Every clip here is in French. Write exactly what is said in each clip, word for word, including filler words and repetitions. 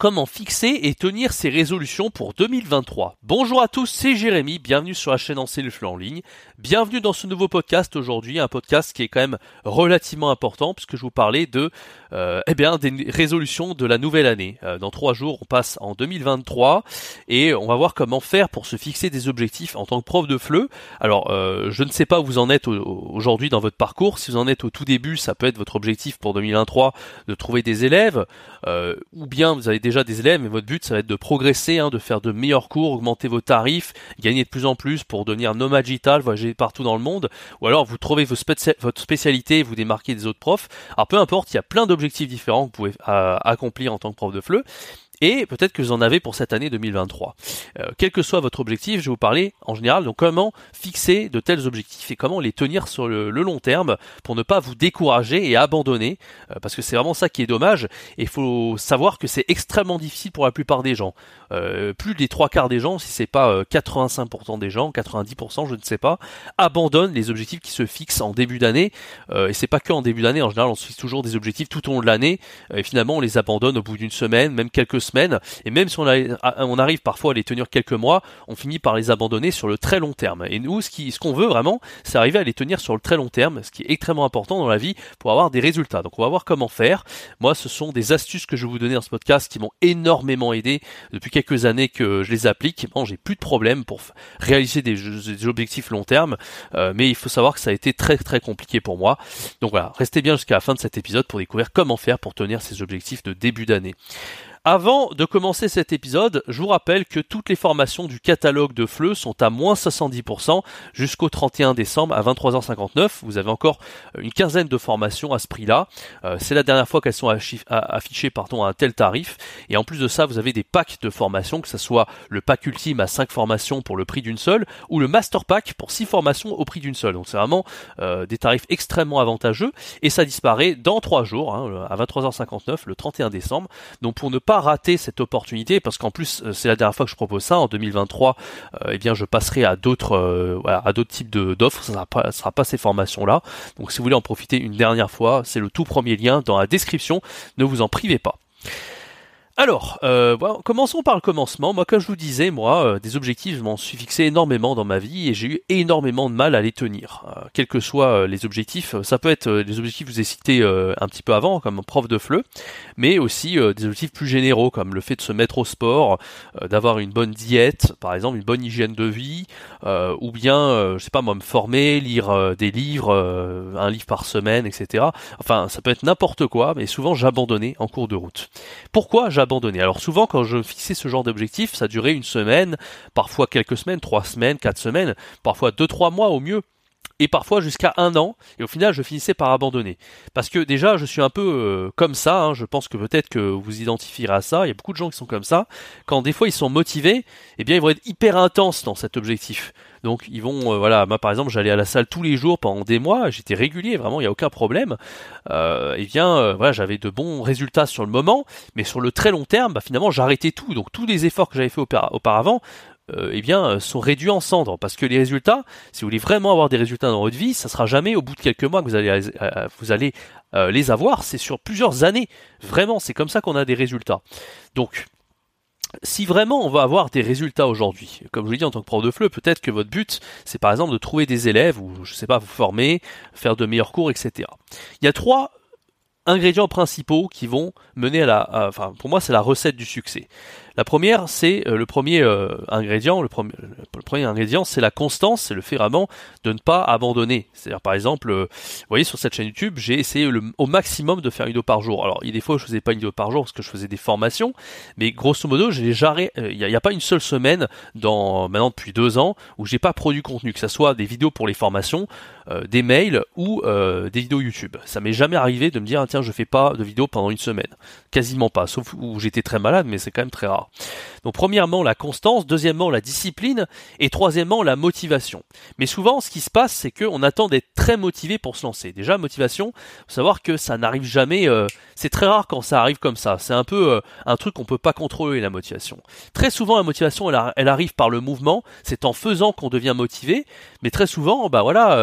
Comment fixer et tenir ses résolutions pour deux mille vingt-trois. Bonjour à tous, c'est Jérémy, bienvenue sur la chaîne Enseigner le flux en ligne. Bienvenue dans ce nouveau podcast aujourd'hui, un podcast qui est quand même relativement important puisque je vous parlais de euh, eh bien des résolutions de la nouvelle année. Euh, dans trois jours, on passe en deux mille vingt-trois et on va voir comment faire pour se fixer des objectifs en tant que prof de F L E. Alors, euh, je ne sais pas où vous en êtes aujourd'hui dans votre parcours. Si vous en êtes au tout début, ça peut être votre objectif pour deux mille vingt-trois de trouver des élèves, euh, ou bien vous avez déjà des élèves, mais votre but ça va être de progresser, hein, de faire de meilleurs cours, augmenter vos tarifs, gagner de plus en plus pour devenir nomade digital, voyager partout dans le monde, ou alors vous trouvez vos spéci- votre spécialité, vous démarquez des autres profs. Alors peu importe, il y a plein d'objectifs différents que vous pouvez euh, accomplir en tant que prof de F L E. Et peut-être que vous en avez pour cette année deux mille vingt-trois. Euh, quel que soit votre objectif, je vais vous parler en général de comment fixer de tels objectifs et comment les tenir sur le, le long terme pour ne pas vous décourager et abandonner, euh, parce que c'est vraiment ça qui est dommage. Et il faut savoir que c'est extrêmement difficile pour la plupart des gens. Euh, plus des trois quarts des gens, si c'est pas euh, quatre-vingt-cinq pour cent des gens, quatre-vingt-dix pour cent, je ne sais pas, abandonnent les objectifs qui se fixent en début d'année. Euh, et c'est pas que en début d'année, en général on se fixe toujours des objectifs tout au long de l'année, euh, et finalement on les abandonne au bout d'une semaine, même quelques semaines. Et même si on, a, on arrive parfois à les tenir quelques mois, on finit par les abandonner sur le très long terme. Et nous, ce, qui, ce qu'on veut vraiment, c'est arriver à les tenir sur le très long terme, ce qui est extrêmement important dans la vie pour avoir des résultats. Donc on va voir comment faire. Moi, ce sont des astuces que je vais vous donner dans ce podcast qui m'ont énormément aidé depuis quelques années que je les applique. Bon, j'ai plus de problème pour réaliser des, des objectifs long terme, euh, mais il faut savoir que ça a été très très compliqué pour moi. Donc voilà, restez bien jusqu'à la fin de cet épisode pour découvrir comment faire pour tenir ces objectifs de début d'année. Avant de commencer cet épisode, je vous rappelle que toutes les formations du catalogue de F L E sont à moins soixante-dix pour cent jusqu'au trente et un décembre à vingt-trois heures cinquante-neuf. Vous avez encore une quinzaine de formations à ce prix-là. Euh, c'est la dernière fois qu'elles sont affichées, affichées pardon, à un tel tarif. Et en plus de ça, vous avez des packs de formations, que ce soit le pack ultime à cinq formations pour le prix d'une seule ou le master pack pour six formations au prix d'une seule. Donc c'est vraiment euh, des tarifs extrêmement avantageux et ça disparaît dans trois jours, hein, à vingt-trois heures cinquante-neuf le trente et un décembre. Donc pour ne pas rater cette opportunité, parce qu'en plus c'est la dernière fois que je propose ça en deux mille vingt-trois, euh, eh bien je passerai à d'autres euh, voilà, à d'autres types de, d'offres, ça ne sera pas, ça sera pas ces formations là. Donc si vous voulez en profiter une dernière fois, c'est le tout premier lien dans la description, ne vous en privez pas. Alors, euh, bon, commençons par le commencement. Moi, comme je vous disais, moi, euh, des objectifs, je m'en suis fixé énormément dans ma vie et j'ai eu énormément de mal à les tenir. Euh, quels que soient euh, les objectifs, ça peut être euh, les objectifs que je vous ai cités euh, un petit peu avant, comme prof de F L E, mais aussi euh, des objectifs plus généraux, comme le fait de se mettre au sport, euh, d'avoir une bonne diète, par exemple, une bonne hygiène de vie, euh, ou bien, euh, je sais pas moi, me former, lire euh, des livres, euh, un livre par semaine, et cetera. Enfin, ça peut être n'importe quoi, mais souvent j'abandonnais en cours de route. Pourquoi j'abandonnais ? Abandonné. Alors souvent quand je fixais ce genre d'objectif, ça durait une semaine, parfois quelques semaines, trois semaines, quatre semaines, parfois deux, trois mois au mieux. Et parfois jusqu'à un an, et au final je finissais par abandonner. Parce que déjà je suis un peu euh, comme ça, hein, je pense que peut-être que vous identifierez à ça, il y a beaucoup de gens qui sont comme ça, quand des fois ils sont motivés, eh bien ils vont être hyper intenses dans cet objectif. Donc ils vont, euh, voilà, moi par exemple j'allais à la salle tous les jours pendant des mois, j'étais régulier, vraiment il n'y a aucun problème, euh, et bien euh, voilà, j'avais de bons résultats sur le moment, mais sur le très long terme, bah, finalement j'arrêtais tout, donc tous les efforts que j'avais fait aupa- auparavant, Euh, eh bien, sont réduits en cendres, parce que les résultats, si vous voulez vraiment avoir des résultats dans votre vie, ça sera jamais au bout de quelques mois que vous allez, euh, vous allez euh, les avoir, c'est sur plusieurs années. Vraiment, c'est comme ça qu'on a des résultats. Donc, si vraiment on va avoir des résultats aujourd'hui, comme je vous l'ai dit en tant que prof de F L E, peut-être que votre but, c'est par exemple de trouver des élèves, ou je sais pas, vous former, faire de meilleurs cours, et cetera. Il y a trois ingrédients principaux qui vont mener à la, à, enfin pour moi c'est la recette du succès. La première, c'est euh, le premier euh, ingrédient, le premier, le premier ingrédient, c'est la constance, c'est le fait vraiment de ne pas abandonner. C'est-à-dire par exemple, euh, vous voyez sur cette chaîne YouTube, j'ai essayé le, au maximum de faire une vidéo par jour. Alors il y a des fois je faisais pas une vidéo par jour parce que je faisais des formations, mais grosso modo, j'ai jamais, il euh, n'y a, a pas une seule semaine dans maintenant depuis deux ans où j'ai pas produit contenu, que ça soit des vidéos pour les formations, euh, des mails ou euh, des vidéos YouTube. Ça m'est jamais arrivé de me dire ah, tiens je fais pas de vidéo pendant une semaine, quasiment pas, sauf où j'étais très malade, mais c'est quand même très rare. Donc premièrement la constance, deuxièmement la discipline et troisièmement la motivation. Mais souvent ce qui se passe c'est qu'on attend d'être très motivé pour se lancer. Déjà motivation, faut savoir que ça n'arrive jamais, euh, c'est très rare quand ça arrive comme ça. C'est un peu euh, un truc qu'on peut pas contrôler la motivation. Très souvent la motivation elle, elle arrive par le mouvement, c'est en faisant qu'on devient motivé. Mais très souvent bah voilà, euh,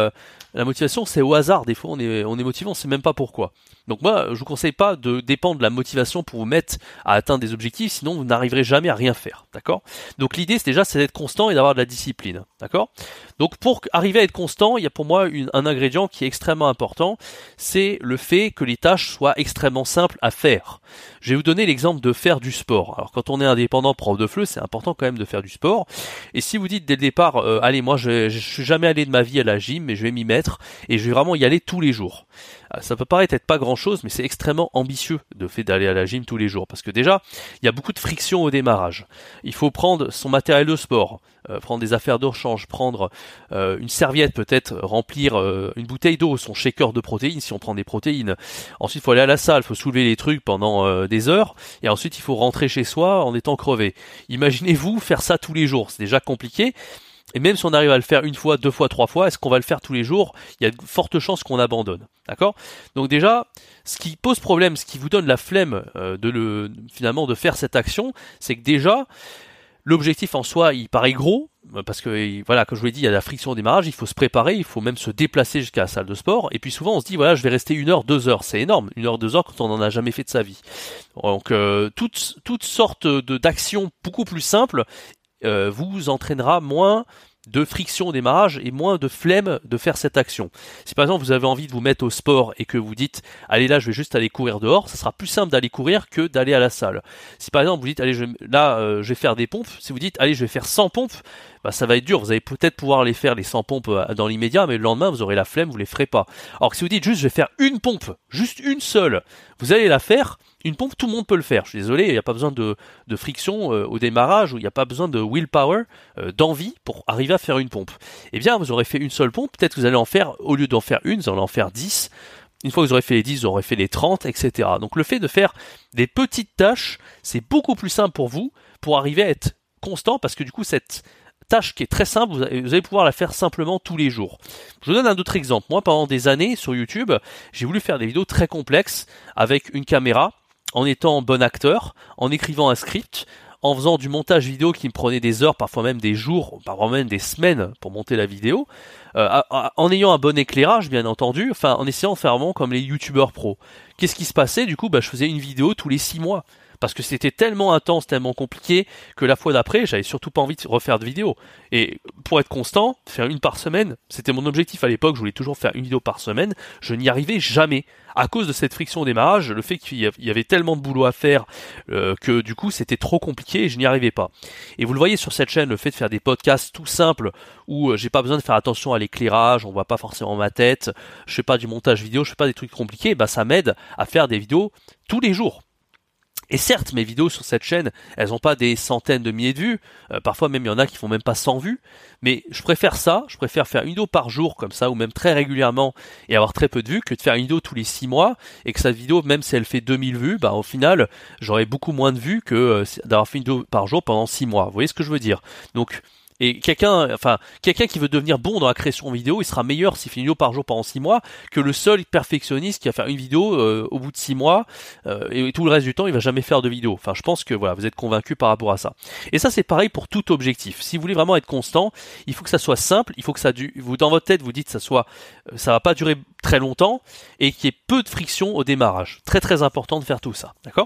La motivation, c'est au hasard. Des fois, on est, on est motivé, on sait même pas pourquoi. Donc moi, je vous conseille pas de dépendre de la motivation pour vous mettre à atteindre des objectifs, sinon vous n'arriverez jamais à rien faire, d'accord? Donc l'idée, c'est déjà, c'est d'être constant et d'avoir de la discipline, d'accord? Donc pour arriver à être constant, il y a pour moi une, un ingrédient qui est extrêmement important, c'est le fait que les tâches soient extrêmement simples à faire. Je vais vous donner l'exemple de faire du sport. Alors quand on est indépendant, prof de F L E, c'est important quand même de faire du sport. Et si vous dites dès le départ, euh, allez, moi je, je suis jamais allé de ma vie à la gym, mais je vais m'y mettre et je vais vraiment y aller tous les jours. Ça peut paraître être pas grand chose, mais c'est extrêmement ambitieux de fait d'aller à la gym tous les jours. Parce que déjà, il y a beaucoup de friction au démarrage. Il faut prendre son matériel de sport, euh, prendre des affaires de rechange, prendre euh, une serviette peut-être, remplir euh, une bouteille d'eau, son shaker de protéines si on prend des protéines. Ensuite, il faut aller à la salle, il faut soulever les trucs pendant euh, des heures. Et ensuite, il faut rentrer chez soi en étant crevé. Imaginez-vous faire ça tous les jours. C'est déjà compliqué. Et même si on arrive à le faire une fois, deux fois, trois fois, est-ce qu'on va le faire tous les jours? Il y a de fortes chances qu'on abandonne. D'accord? Donc déjà, ce qui pose problème, ce qui vous donne la flemme euh, de le finalement de faire cette action, c'est que déjà, l'objectif en soi, il paraît gros, parce que voilà, comme je vous l'ai dit, il y a la friction au démarrage, il faut se préparer, il faut même se déplacer jusqu'à la salle de sport, et puis souvent on se dit voilà, je vais rester une heure, deux heures, c'est énorme, une heure, deux heures quand on n'en a jamais fait de sa vie. Donc euh, toutes toutes sortes de d'actions beaucoup plus simples euh, vous entraînera moins de friction au démarrage et moins de flemme de faire cette action. Si par exemple vous avez envie de vous mettre au sport et que vous dites allez là je vais juste aller courir dehors, ça sera plus simple d'aller courir que d'aller à la salle. Si par exemple vous dites allez je, là euh, je vais faire des pompes, si vous dites allez je vais faire cent pompes, bah ça va être dur, vous allez peut-être pouvoir les faire les cent pompes dans l'immédiat, mais le lendemain vous aurez la flemme, vous les ferez pas. Alors que si vous dites juste je vais faire une pompe, juste une seule, vous allez la faire. Une pompe, tout le monde peut le faire. Je suis désolé, il n'y a pas besoin de, de friction euh, au démarrage, ou il n'y a pas besoin de willpower, euh, d'envie pour arriver à faire une pompe. Eh bien, vous aurez fait une seule pompe, peut-être que vous allez en faire, au lieu d'en faire une, vous allez en faire dix. Une fois que vous aurez fait les dix, vous aurez fait les trente, et cetera. Donc le fait de faire des petites tâches, c'est beaucoup plus simple pour vous, pour arriver à être constant, parce que du coup, cette tâche qui est très simple, vous allez pouvoir la faire simplement tous les jours. Je vous donne un autre exemple. Moi, pendant des années, sur YouTube, j'ai voulu faire des vidéos très complexes, avec une caméra, en étant bon acteur, en écrivant un script, en faisant du montage vidéo qui me prenait des heures, parfois même des jours, parfois même des semaines pour monter la vidéo, euh, en ayant un bon éclairage bien entendu, enfin en essayant de faire vraiment comme les youtubeurs pros. Qu'est-ce qui se passait? Du coup, bah, je faisais une vidéo tous les six mois. Parce que c'était tellement intense, tellement compliqué, que la fois d'après, j'avais surtout pas envie de refaire de vidéo. Et pour être constant, faire une par semaine, c'était mon objectif à l'époque, je voulais toujours faire une vidéo par semaine, je n'y arrivais jamais. À cause de cette friction au démarrage, le fait qu'il y avait tellement de boulot à faire, euh, que du coup c'était trop compliqué et je n'y arrivais pas. Et vous le voyez sur cette chaîne, le fait de faire des podcasts tout simples, où euh, j'ai pas besoin de faire attention à l'éclairage, on voit pas forcément ma tête, je fais pas du montage vidéo, je fais pas des trucs compliqués, bah ça m'aide à faire des vidéos tous les jours. Et certes, mes vidéos sur cette chaîne, elles ont pas des centaines de milliers de vues, euh, parfois même il y en a qui font même pas cent vues, mais je préfère ça, je préfère faire une vidéo par jour comme ça, ou même très régulièrement, et avoir très peu de vues, que de faire une vidéo tous les six mois, et que cette vidéo, même si elle fait deux mille vues, bah au final, j'aurai beaucoup moins de vues que euh, d'avoir fait une vidéo par jour pendant six mois. Vous voyez ce que je veux dire? Donc, et quelqu'un, enfin, quelqu'un qui veut devenir bon dans la création vidéo, il sera meilleur s'il fait une vidéo par jour pendant six mois que le seul perfectionniste qui va faire une vidéo euh, au bout de six mois euh, et tout le reste du temps, il va jamais faire de vidéo. Enfin, je pense que voilà, vous êtes convaincus par rapport à ça. Et ça, c'est pareil pour tout objectif. Si vous voulez vraiment être constant, il faut que ça soit simple, il faut que ça dure. Vous dans votre tête, vous dites que ça soit, ça va pas durer très longtemps et qu'il y ait peu de friction au démarrage. Très très important de faire tout ça, d'accord?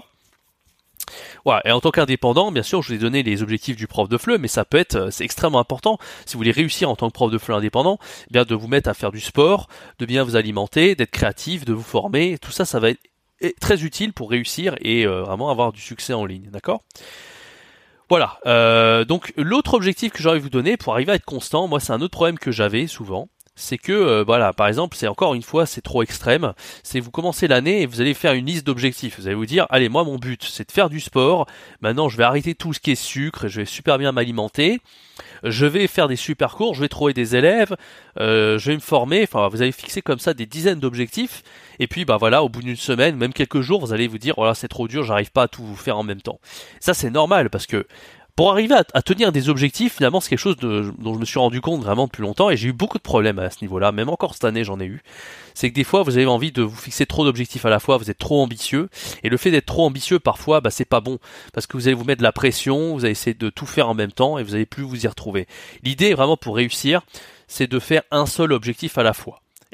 Voilà. Et en tant qu'indépendant, bien sûr, je vous ai donné les objectifs du prof de F L E, mais ça peut être, c'est extrêmement important, si vous voulez réussir en tant que prof de F L E indépendant, eh bien de vous mettre à faire du sport, de bien vous alimenter, d'être créatif, de vous former, tout ça, ça va être très utile pour réussir et euh, vraiment avoir du succès en ligne, d'accord? Voilà, euh, donc l'autre objectif que j'aurais vous donner pour arriver à être constant, moi c'est un autre problème que j'avais souvent, c'est que, euh, voilà, par exemple, c'est encore une fois, c'est trop extrême, c'est vous commencez l'année et vous allez faire une liste d'objectifs, vous allez vous dire, allez, moi mon but c'est de faire du sport, maintenant je vais arrêter tout ce qui est sucre, je vais super bien m'alimenter, je vais faire des super cours, je vais trouver des élèves, euh, je vais me former, enfin vous allez fixer comme ça des dizaines d'objectifs, et puis bah voilà, au bout d'une semaine, même quelques jours, vous allez vous dire, voilà, c'est trop dur, j'arrive pas à tout vous faire en même temps. Ça c'est normal, parce que pour arriver à, à tenir des objectifs, finalement, c'est quelque chose de, dont je me suis rendu compte vraiment depuis longtemps, et j'ai eu beaucoup de problèmes à ce niveau-là, même encore cette année j'en ai eu. C'est que des fois, vous avez envie de vous fixer trop d'objectifs à la fois, vous êtes trop ambitieux, et le fait d'être trop ambitieux, parfois, bah c'est pas bon, parce que vous allez vous mettre de la pression, vous allez essayer de tout faire en même temps, et vous allez plus vous y retrouver. L'idée, vraiment, pour réussir, c'est de faire un seul objectif à la fois.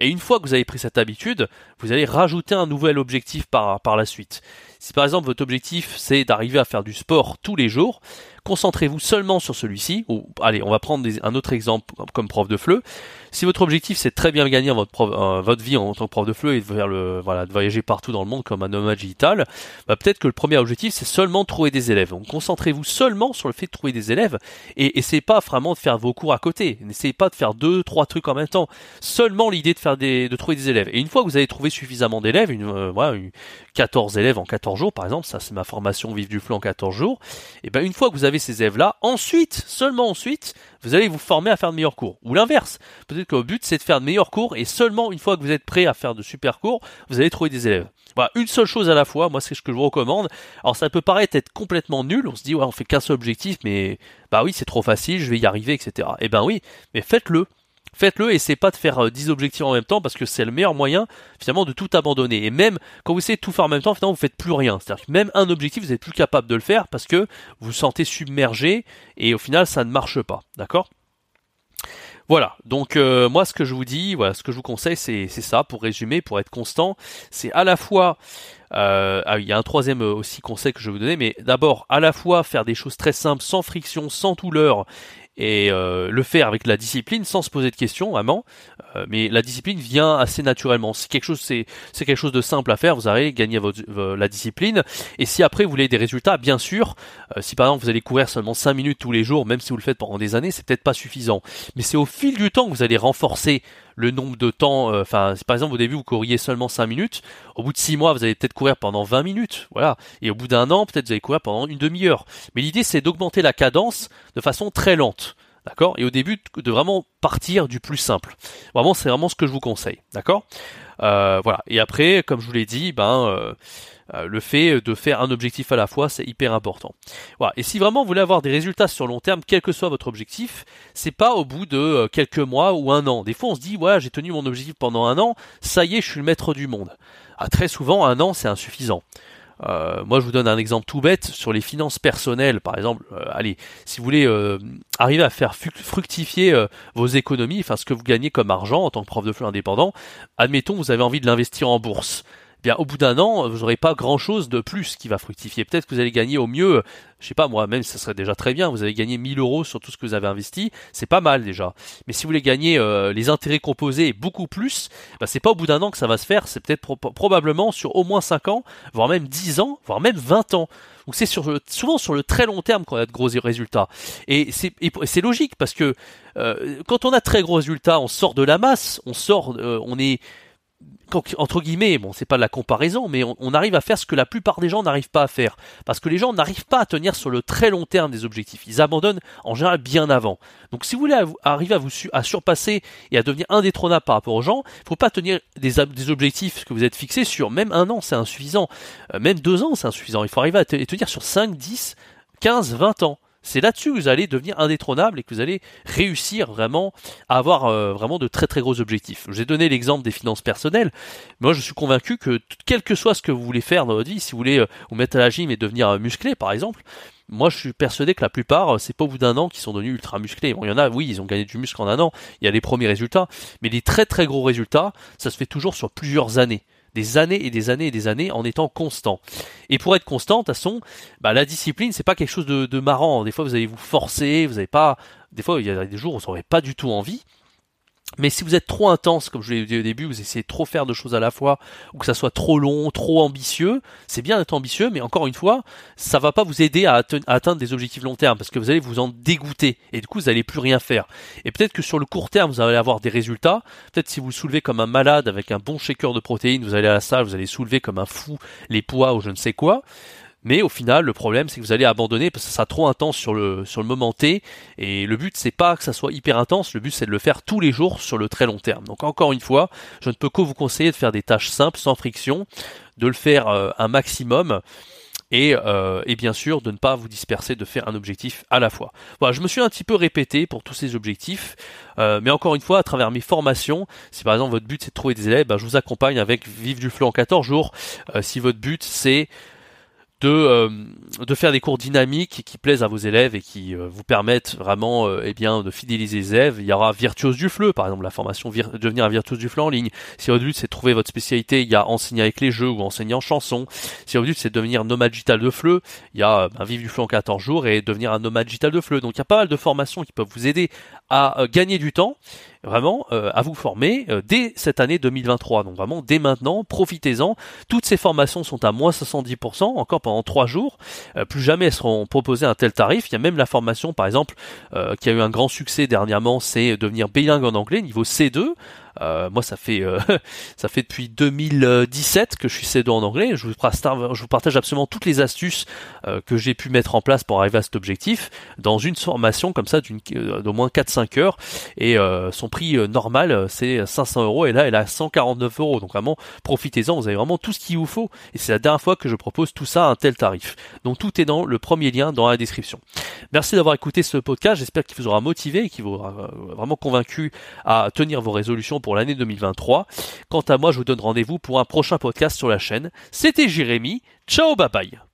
Et une fois que vous avez pris cette habitude, vous allez rajouter un nouvel objectif par, par la suite. Si par exemple votre objectif c'est d'arriver à faire du sport tous les jours, concentrez-vous seulement sur celui-ci. Ou allez, on va prendre des, un autre exemple comme prof de F L E. Si votre objectif c'est de très bien gagner votre, prof, euh, votre vie en tant que prof de F L E et de, faire le, voilà, de voyager partout dans le monde comme un nomade digital, bah peut-être que le premier objectif c'est seulement de trouver des élèves. Donc concentrez-vous seulement sur le fait de trouver des élèves et essayez pas vraiment de faire vos cours à côté. N'essayez pas de faire deux, trois trucs en même temps. Seulement l'idée de faire des, de trouver des élèves. Et une fois que vous avez trouvé suffisamment d'élèves, une, euh, voilà, une quatorze élèves en quatorze jours par exemple, ça c'est ma formation Vive du F L E en quatorze jours, et ben une fois que vous avez ces élèves-là, ensuite, seulement ensuite, vous allez vous former à faire de meilleurs cours. Ou l'inverse, peut-être que le but c'est de faire de meilleurs cours et seulement une fois que vous êtes prêt à faire de super cours, vous allez trouver des élèves. Voilà, une seule chose à la fois, moi c'est ce que je vous recommande. Alors ça peut paraître être complètement nul, on se dit ouais on fait qu'un seul objectif, mais bah oui c'est trop facile, je vais y arriver, et cetera. Et ben oui, mais faites-le. Faites-le et essayez pas de faire dix objectifs en même temps parce que c'est le meilleur moyen finalement de tout abandonner. Et même quand vous essayez de tout faire en même temps, finalement vous faites plus rien. C'est-à-dire que même un objectif, vous êtes plus capable de le faire parce que vous vous sentez submergé et au final ça ne marche pas. D'accord ? Voilà, donc euh, moi ce que je vous dis, voilà, ce que je vous conseille c'est, c'est ça, pour résumer, pour être constant, c'est à la fois, euh, ah, il y a un troisième aussi conseil que je vais vous donner, mais d'abord à la fois faire des choses très simples, sans friction, sans douleur, et euh, le faire avec la discipline sans se poser de questions vraiment, euh, mais la discipline vient assez naturellement. Si quelque chose c'est c'est quelque chose de simple à faire, vous allez gagner votre, votre, la discipline. Et si après vous voulez des résultats, bien sûr, euh, si par exemple vous allez courir seulement cinq minutes tous les jours, même si vous le faites pendant des années, c'est peut-être pas suffisant. Mais c'est au fil du temps que vous allez renforcer le nombre de temps, enfin, euh, si par exemple au début vous couriez seulement cinq minutes, au bout de six mois vous allez peut-être courir pendant vingt minutes, voilà, et au bout d'un an peut-être vous allez courir pendant une demi-heure. Mais l'idée c'est d'augmenter la cadence de façon très lente, d'accord, et au début de vraiment partir du plus simple. Vraiment c'est vraiment ce que je vous conseille, d'accord. Euh, voilà, et après comme je vous l'ai dit, ben euh, Euh, le fait de faire un objectif à la fois, c'est hyper important. Voilà. Et si vraiment vous voulez avoir des résultats sur long terme, quel que soit votre objectif, c'est pas au bout de euh, quelques mois ou un an. Des fois, on se dit, ouais, j'ai tenu mon objectif pendant un an, ça y est, je suis le maître du monde. Ah, très souvent, un an, c'est insuffisant. Euh, moi, je vous donne un exemple tout bête sur les finances personnelles, par exemple. Euh, allez, si vous voulez euh, arriver à faire fructifier euh, vos économies, enfin ce que vous gagnez comme argent en tant que prof de F L E indépendant, admettons, vous avez envie de l'investir en bourse. Bien, au bout d'un an, vous n'aurez pas grand-chose de plus qui va fructifier. Peut-être que vous allez gagner au mieux, je sais pas moi, même ça serait déjà très bien, vous allez gagner mille euros sur tout ce que vous avez investi, c'est pas mal déjà. Mais si vous voulez gagner euh, les intérêts composés et beaucoup plus, bah, c'est pas au bout d'un an que ça va se faire, c'est peut-être pro- probablement sur au moins cinq ans, voire même dix ans, voire même vingt ans. Donc c'est sur, souvent sur le très long terme qu'on a de gros résultats. Et c'est, et c'est logique parce que euh, quand on a de très gros résultats, on sort de la masse, on sort, euh, on est... entre guillemets, bon c'est pas de la comparaison, mais on, on arrive à faire ce que la plupart des gens n'arrivent pas à faire. Parce que les gens n'arrivent pas à tenir sur le très long terme des objectifs. Ils abandonnent en général bien avant. Donc si vous voulez arriver à vous à surpasser et à devenir indétrônable par rapport aux gens, il ne faut pas tenir des, des objectifs que vous êtes fixés sur même un an, c'est insuffisant. Euh, même deux ans, c'est insuffisant. Il faut arriver à tenir sur cinq, dix, quinze, vingt ans. C'est là-dessus que vous allez devenir indétrônable et que vous allez réussir vraiment à avoir euh, vraiment de très très gros objectifs. J'ai donné l'exemple des finances personnelles. Moi, je suis convaincu que quel que soit ce que vous voulez faire dans votre vie, si vous voulez euh, vous mettre à la gym et devenir euh, musclé, par exemple, moi, je suis persuadé que la plupart, euh, c'est pas au bout d'un an qu'ils sont devenus ultra musclés. Bon, il y en a, oui, ils ont gagné du muscle en un an. Il y a les premiers résultats, mais les très très gros résultats, ça se fait toujours sur plusieurs années. Des années et des années et des années en étant constant. Et pour être constant, de toute façon, bah, la discipline, c'est pas quelque chose de, de marrant. Des fois, vous allez vous forcer, vous avez pas, des fois, il y a des jours où vous n'aurez pas du tout envie. Mais si vous êtes trop intense, comme je l'ai dit au début, vous essayez de trop faire de choses à la fois, ou que ça soit trop long, trop ambitieux, c'est bien d'être ambitieux, mais encore une fois, ça va pas vous aider à, atte- à atteindre des objectifs long terme, parce que vous allez vous en dégoûter, et du coup, vous allez plus rien faire. Et peut-être que sur le court terme, vous allez avoir des résultats, peut-être si vous soulevez comme un malade avec un bon shaker de protéines, vous allez à la salle, vous allez soulever comme un fou les poids ou je ne sais quoi. Mais au final, le problème, c'est que vous allez abandonner parce que ça sera trop intense sur le sur le moment T. Et le but, c'est pas que ça soit hyper intense. Le but, c'est de le faire tous les jours sur le très long terme. Donc encore une fois, je ne peux que vous conseiller de faire des tâches simples, sans friction, de le faire euh, un maximum. Et, euh, et bien sûr de ne pas vous disperser, de faire un objectif à la fois. Voilà, je me suis un petit peu répété pour tous ces objectifs, euh, mais encore une fois, à travers mes formations, si par exemple votre but c'est de trouver des élèves, ben, je vous accompagne avec Vive du F L E en quatorze jours. Euh, si votre but c'est de euh, de faire des cours dynamiques qui plaisent à vos élèves et qui euh, vous permettent vraiment euh, eh bien de fidéliser les élèves. Il y aura Virtuose du F L E, par exemple, la formation vir- devenir un virtuose du F L E en ligne. Si votre but c'est de trouver votre spécialité, il y a enseigner avec les jeux ou enseigner en chanson. Si votre but c'est de devenir nomade digital de F L E, il y a ben, vivre du F L E en quatorze jours et devenir un nomade digital de F L E. Donc il y a pas mal de formations qui peuvent vous aider à euh, gagner du temps, vraiment euh, à vous former euh, dès cette année deux mille vingt-trois. Donc vraiment dès maintenant, profitez-en. Toutes ces formations sont à moins soixante-dix pour cent encore pendant trois jours. Euh, plus jamais elles seront proposées à un tel tarif. Il y a même la formation par exemple euh, qui a eu un grand succès dernièrement, c'est devenir bilingue en anglais, niveau C deux. Euh, moi, ça fait euh, ça fait depuis deux mille dix-sept que je suis C deux en anglais. Je vous, je vous partage absolument toutes les astuces euh, que j'ai pu mettre en place pour arriver à cet objectif dans une formation comme ça d'une euh, d'au moins quatre à cinq heures. Et euh, son prix euh, normal, c'est cinq cents euros. Et là, elle est à cent quarante-neuf euros. Donc vraiment, profitez-en. Vous avez vraiment tout ce qu'il vous faut. Et c'est la dernière fois que je propose tout ça à un tel tarif. Donc tout est dans le premier lien dans la description. Merci d'avoir écouté ce podcast. J'espère qu'il vous aura motivé et qu'il vous aura vraiment convaincu à tenir vos résolutions pour l'année deux mille vingt-trois. Quant à moi, je vous donne rendez-vous pour un prochain podcast sur la chaîne. C'était Jérémy. Ciao, bye bye.